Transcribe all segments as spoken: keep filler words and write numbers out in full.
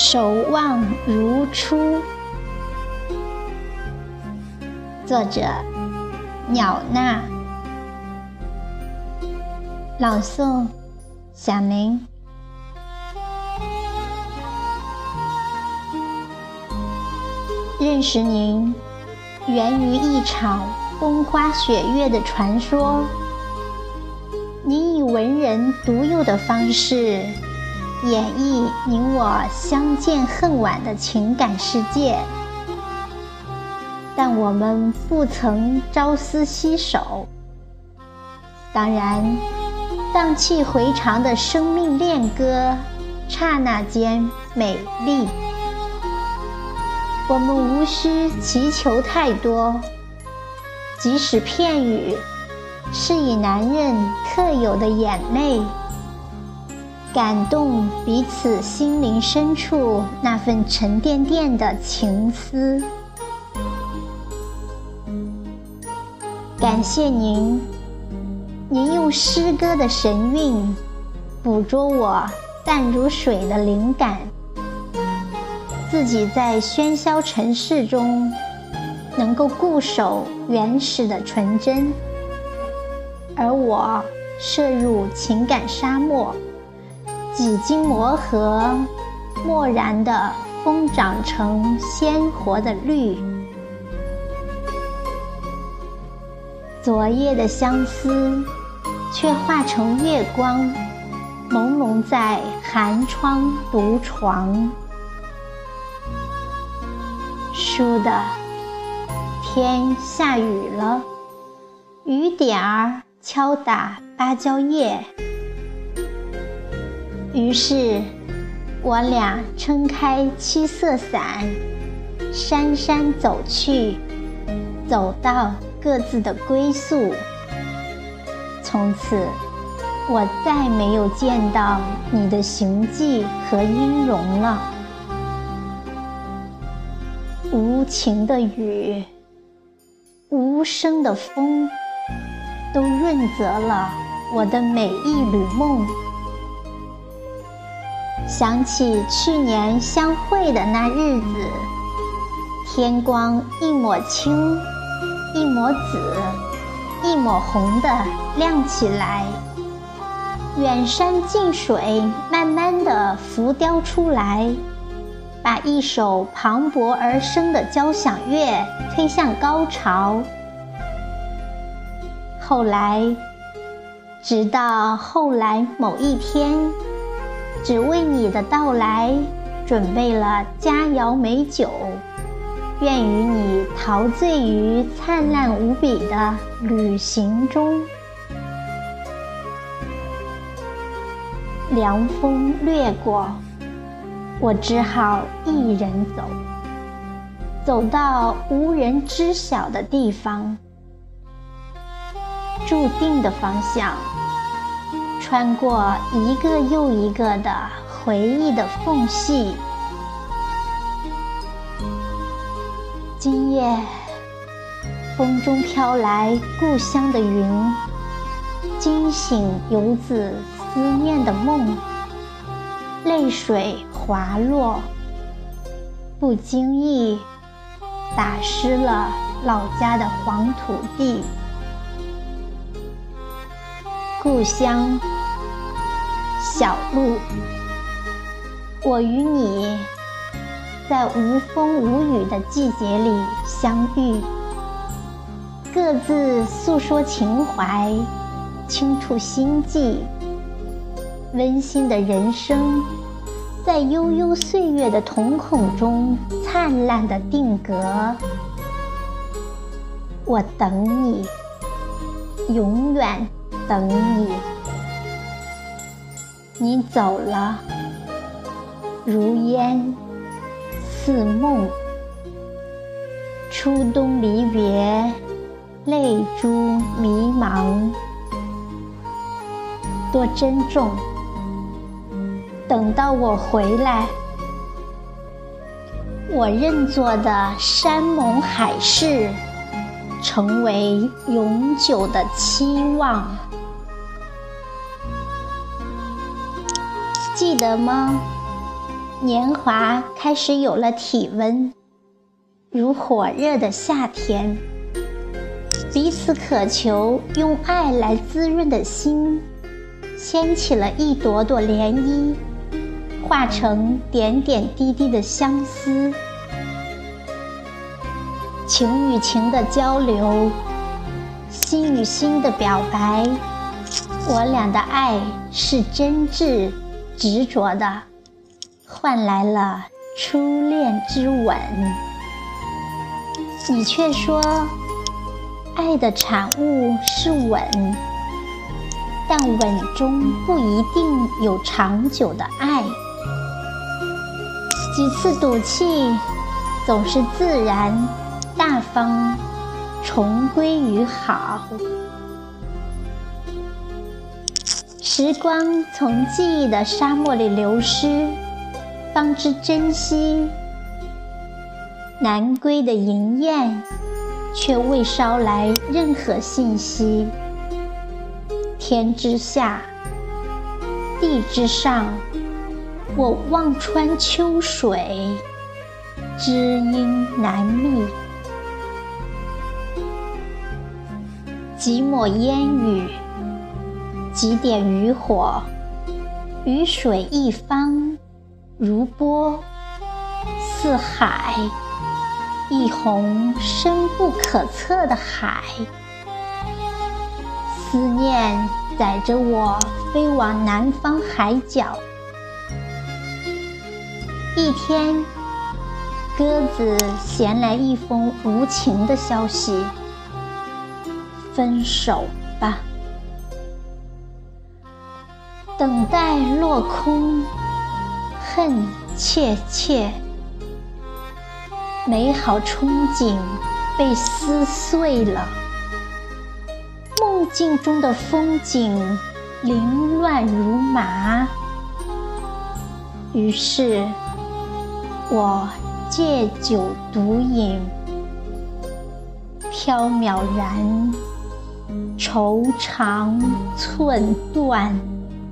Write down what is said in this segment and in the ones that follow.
守望如初。作者：鸟娜。朗诵：小明。认识您，源于一场风花雪月的传说。您以文人独有的方式演绎您我相见恨晚的情感世界，但我们不曾朝思夕守。当然，荡气回肠的生命恋歌，刹那间美丽。我们无需祈求太多，即使片语是以男人特有的眼泪，感动彼此心灵深处那份沉甸甸的情思。感谢您，您用诗歌的神韵捕捉我淡如水的灵感，自己在喧嚣尘世中能够固守原始的纯真，而我涉入情感沙漠，几经磨合，蓦然地疯长成鲜活的绿。昨夜的相思却化成月光，朦胧在寒窗独床。倏地，天下雨了，雨点儿敲打芭蕉叶。于是我俩撑开七色伞，姗姗走去，走到各自的归宿。从此我再没有见到你的行迹和音容了。无情的雨，无声的风，都润泽了我的每一缕梦。想起去年相会的那日子，天光一抹青，一抹紫，一抹红的亮起来，远山近水慢慢地浮雕出来，把一首磅礴而生的交响乐推向高潮。后来，直到后来某一天，只为你的到来准备了佳肴美酒，愿与你陶醉于灿烂无比的旅行中。凉风掠过，我只好一人走，走到无人知晓的地方，注定的方向，穿过一个又一个的回忆的缝隙。今夜，风中飘来故乡的云，惊醒游子思念的梦，泪水滑落，不经意打湿了老家的黄土地。故乡，小路，我与你在无风无雨的季节里相遇，各自诉说情怀，倾吐心迹。温馨的人生在悠悠岁月的瞳孔中灿烂的定格。我等你，永远等你。你走了，如烟似梦，初冬离别，泪珠迷茫。多珍重，等到我回来，我认作的山盟海誓，成为永久的期望。记得吗？ 年华开始有了体温，如火热的夏天，彼此渴求用爱来滋润的心，掀起了一朵朵涟漪，化成点点滴滴的相思。情与情的交流，心与心的表白，我俩的爱是真挚执着的，换来了初恋之吻。你却说爱的产物是吻，但吻中不一定有长久的爱。几次赌气，总是自然大方，重归于好。时光从记忆的沙漠里流失，方知珍惜。南归的银焰，却未捎来任何信息。天之下，地之上，我望穿秋水，知音难觅。几抹烟雨，几点渔火，鱼水一方，如波似海，一泓深不可测的海。思念载着我飞往南方海角。一天，鸽子衔来一封无情的消息：分手吧。等待落空，恨切切，美好憧憬被撕碎了，梦境中的风景凌乱如麻。于是我借酒独饮，缥缈然，愁肠寸断。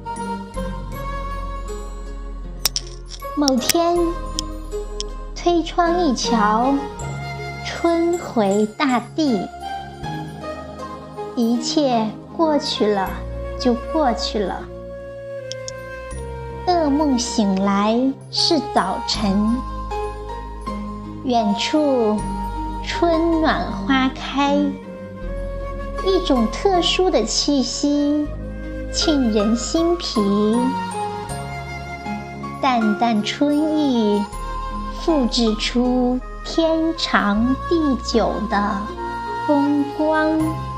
某天，推窗一瞧，春回大地，一切过去了就过去了。噩梦醒来是早晨，远处春暖花开，一种特殊的气息沁人心脾。淡淡春意，复制出天长地久的风光。